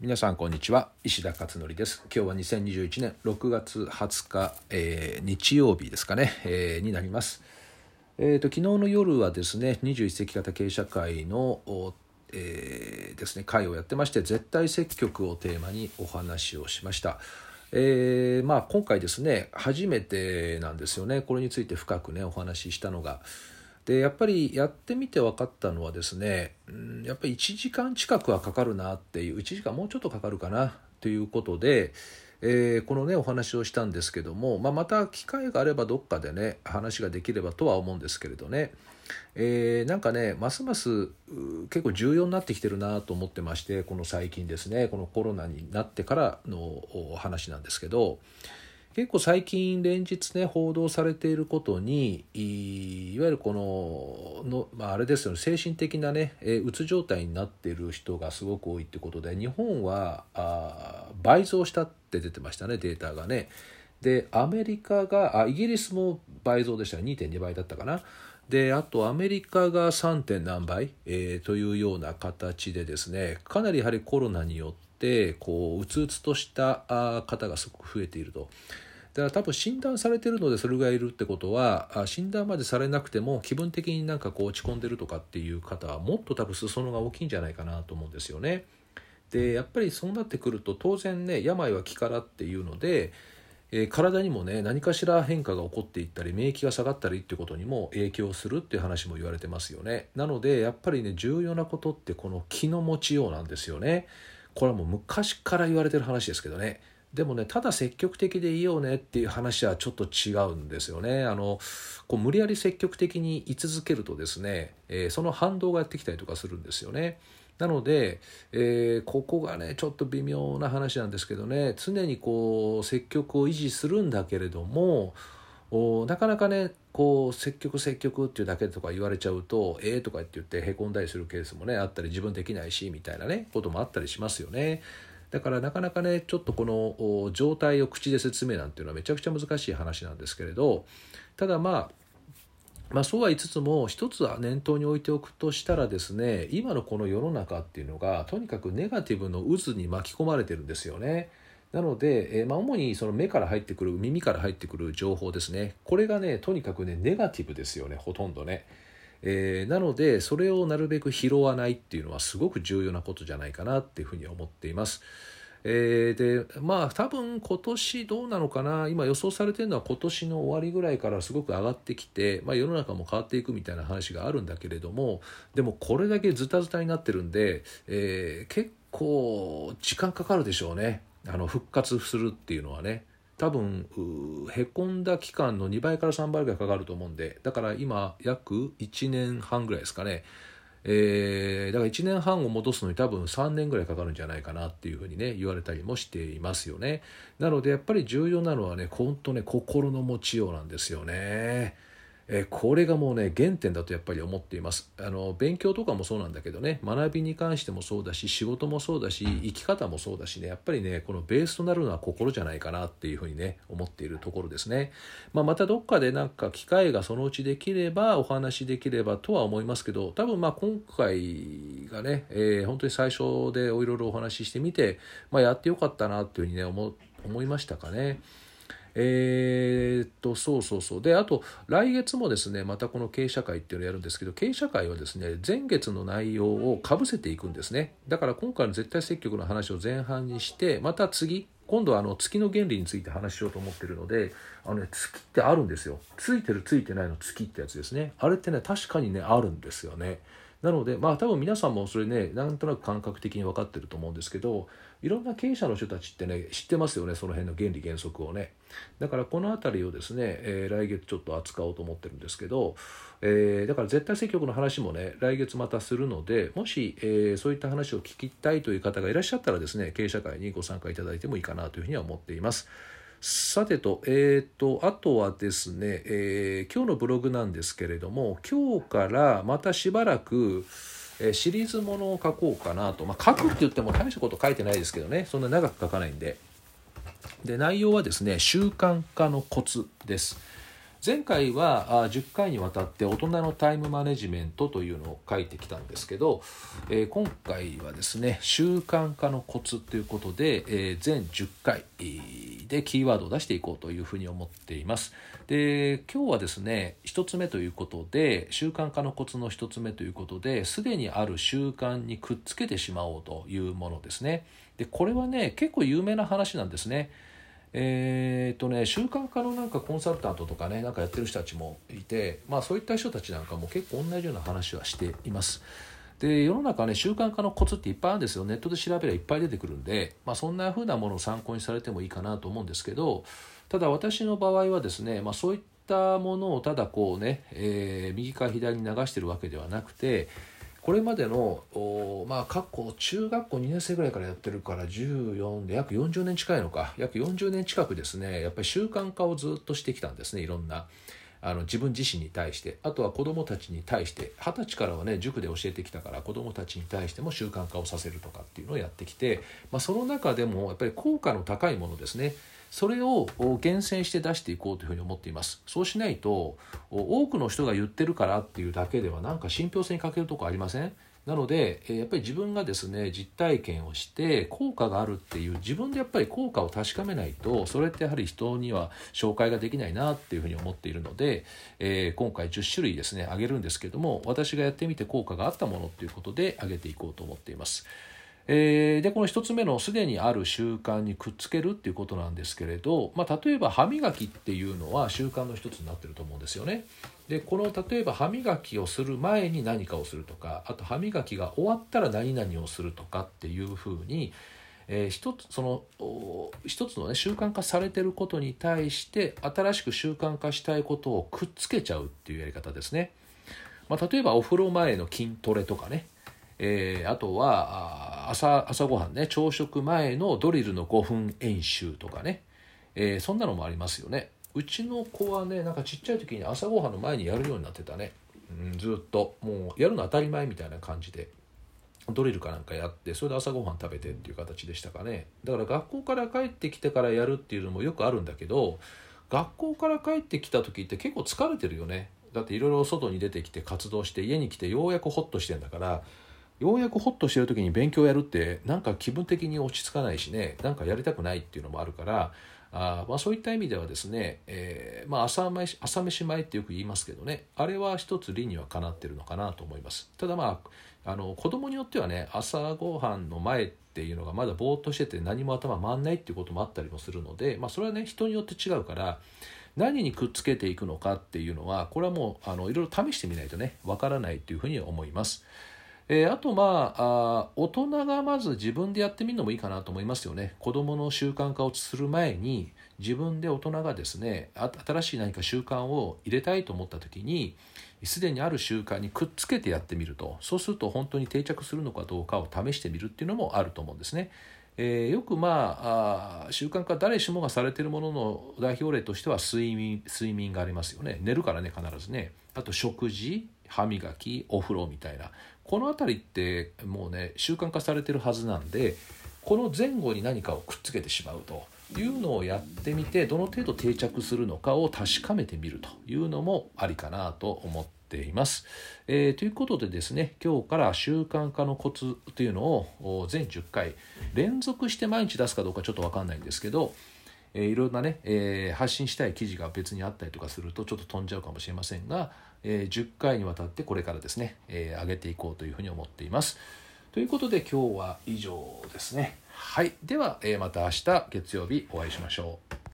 皆さんこんにちは、石田勝則です。今日は2021年6月20日、日曜日ですかね、になります。昨日の夜はですね、21世紀型経営者会の、ですね、会をやってまして、絶対積極をテーマにお話をしました。今回ですね、初めてなんですよね。これについて深くねお話ししたのが。でやっぱりやってみて分かったのはですね、やっぱり1時間近くはかかるなっていう、1時間もうちょっとかかるかなということで、このねお話をしたんですけども、また機会があればどっかでね話ができればとは思うんですけれどね、なんかねますます結構重要になってきてるなと思ってまして、この最近ですね、このコロナになってからの話なんですけど、結構最近連日ね報道されていることに、いわゆるこのあれですよね、精神的なねうつ状態になっている人がすごく多いってことで、日本は倍増したって出てましたね、データがね。でアメリカがイギリスも倍増でした、2.2 倍だったかな。であとアメリカが 3. 点何倍、というような形でですね、かなりやはりコロナによってこううつうつとした方がすごく増えていると。だから多分診断されているのでそれがいるってことは、診断までされなくても気分的になんかこう落ち込んでるとかっていう方はもっと多分裾野が大きいんじゃないかなと思うんですよね。でやっぱりそうなってくると当然ね、病は気からっていうので、体にもね何かしら変化が起こっていったり免疫が下がったりっていうことにも影響するっていう話も言われてますよね。なのでやっぱりね重要なことってこの気の持ちようなんですよね。これはもう昔から言われてる話ですけどね。でもね、ただ積極的でいいよねっていう話はちょっと違うんですよね。こう無理やり積極的に居続けるとですね、その反動がやってきたりとかするんですよね。なので、ここがねちょっと微妙な話なんですけどね、常にこう積極を維持するんだけれども、なかなかねこう積極っていうだけとか言われちゃうととか言ってへこんだりするケースもねあったり、自分できないしみたいなねこともあったりしますよね。だからなかなかねちょっとこの状態を口で説明なんていうのはめちゃくちゃ難しい話なんですけれど、ただそうは言いつつも一つは念頭に置いておくとしたらですね、今のこの世の中っていうのがとにかくネガティブの渦に巻き込まれてるんですよね。なので、主にその目から入ってくる、耳から入ってくる情報ですね、これがねとにかくねネガティブですよね、ほとんどね。なのでそれをなるべく拾わないっていうのはすごく重要なことじゃないかなっていうふうに思っています。で多分今年どうなのかな、今予想されているのは今年の終わりぐらいからすごく上がってきて、世の中も変わっていくみたいな話があるんだけれども、でもこれだけズタズタになってるんで、結構時間かかるでしょうね、復活するっていうのはね。多分へこんだ期間の2倍から3倍ぐらいかかると思うんで、だから今約1年半ぐらいですかね。だから1年半を戻すのに多分3年ぐらいかかるんじゃないかなっていうふうにね言われたりもしていますよね。なのでやっぱり重要なのはね、本当ね心の持ちようなんですよね。これがもうね原点だとやっぱり思っています。勉強とかもそうなんだけどね、学びに関してもそうだし、仕事もそうだし、生き方もそうだしね、やっぱりねこのベースとなるのは心じゃないかなっていうふうにね思っているところですね。またどっかでなんか機会がそのうちできればお話できればとは思いますけど、多分今回がね、本当に最初でいろいろお話ししてみて、やってよかったなっていうふうにね思いましたかね。そうで、あと来月もですねまたこの経営者会っていうのをやるんですけど、経営者会はですね前月の内容をかぶせていくんですね。だから今回の絶対積極の話を前半にして、また今度は月の原理について話しようと思ってるので、月ってあるんですよ。ついてるついてないの月ってやつですね。あれってね確かにねあるんですよね。なので多分皆さんもそれねなんとなく感覚的に分かってると思うんですけど、いろんな経営者の人たちってね知ってますよね、その辺の原理原則をね。だからこの辺りをですね、来月ちょっと扱おうと思ってるんですけど、だから絶対積極の話もね来月またするので、もし、そういった話を聞きたいという方がいらっしゃったらですね、経営者会にご参加いただいてもいいかなというふうには思っています。さてと、あとはですね、今日のブログなんですけれども、今日からまたしばらくシリーズものを書こうかなと。書くって言っても大したこと書いてないですけどね、そんな長く書かないんで。で内容はですね、習慣化のコツです。 前回は10回にわたって大人のタイムマネジメントというのを書いてきたんですけど、今回はですね習慣化のコツということで、全10回でキーワードを出していこうというふうに思っています。で今日はですね1つ目ということで習慣化のコツの1つ目ということですでにある習慣にくっつけてしまおうというものですね。でこれはね結構有名な話なんですね。習慣化のなんかコンサルタントとかねなんかやってる人たちもいて、そういった人たちなんかも結構同じような話はしています。で世の中ね習慣化のコツっていっぱいあるんですよ。ネットで調べればいっぱい出てくるんで、そんな風なものを参考にされてもいいかなと思うんですけど、ただ私の場合はですね、そういったものをただこうね、右から左に流してるわけではなくて、これまでの過去中学校2年生ぐらいからやってるから14で約40年近いのか約40年近くですねやっぱり習慣化をずっとしてきたんですね。いろんな自分自身に対して、あとは子どもたちに対して、20歳からはね塾で教えてきたから子どもたちに対しても習慣化をさせるとかっていうのをやってきて、その中でもやっぱり効果の高いものですね、それを厳選して出していこうというふうに思っています。そうしないと多くの人が言ってるからっていうだけではなんか信憑性に欠けるところありません？なのでやっぱり自分がですね実体験をして効果があるっていう自分でやっぱり効果を確かめないとそれってやはり人には紹介ができないなっていうふうに思っているので、今回10種類ですね挙げるんですけども、私がやってみて効果があったものということで挙げていこうと思っています。でこの1つ目のすでにある習慣にくっつけるっていうことなんですけれど、例えば歯磨きっていうのは習慣の一つになってると思うんですよね。でこの例えば歯磨きをする前に何かをするとか、あと歯磨きが終わったら何々をするとかっていうふうに、一つのね習慣化されてることに対して新しく習慣化したいことをくっつけちゃうっていうやり方ですね。例えばお風呂前の筋トレとかね、あとは朝ごはんね朝食前のドリルの5分演習とかね、そんなのもありますよね。うちの子はねなんかちっちゃい時に朝ごはんの前にやるようになってたね、ずっともうやるの当たり前みたいな感じでドリルかなんかやってそれで朝ごはん食べてっていう形でしたかね。だから学校から帰ってきてからやるっていうのもよくあるんだけど、学校から帰ってきた時って結構疲れてるよね。だっていろいろ外に出てきて活動して家に来てようやくホッとしてんだから、ようやくホッとしてる時に勉強やるってなんか気分的に落ち着かないしね、なんかやりたくないっていうのもあるから、そういった意味ではですね、朝飯前ってよく言いますけどね、あれは一つ理にはかなってるのかなと思います。ただ子供によってはね朝ごはんの前っていうのがまだぼーっとしてて何も頭回んないっていうこともあったりもするので、それはね人によって違うから何にくっつけていくのかっていうのはこれはもういろいろ試してみないとねわからないというふうに思います。あと大人がまず自分でやってみるのもいいかなと思いますよね。子どもの習慣化をする前に自分で大人がですね新しい何か習慣を入れたいと思った時にすでにある習慣にくっつけてやってみると、そうすると本当に定着するのかどうかを試してみるっていうのもあると思うんですね。よく習慣化誰しもがされているものの代表例としては睡眠がありますよね。寝るからね必ずね。あと食事、歯磨き、お風呂みたいなこのあたりってもうね習慣化されてるはずなんで、この前後に何かをくっつけてしまうというのをやってみてどの程度定着するのかを確かめてみるというのもありかなと思っています。ということでですね今日から習慣化のコツというのを全10回連続して毎日出すかどうかちょっと分かんないんですけど、いろんなね、発信したい記事が別にあったりとかするとちょっと飛んじゃうかもしれませんが、10回にわたってこれからですね、上げていこうというふうに思っています。ということで今日は以上ですね。はい、では、また明日月曜日お会いしましょう。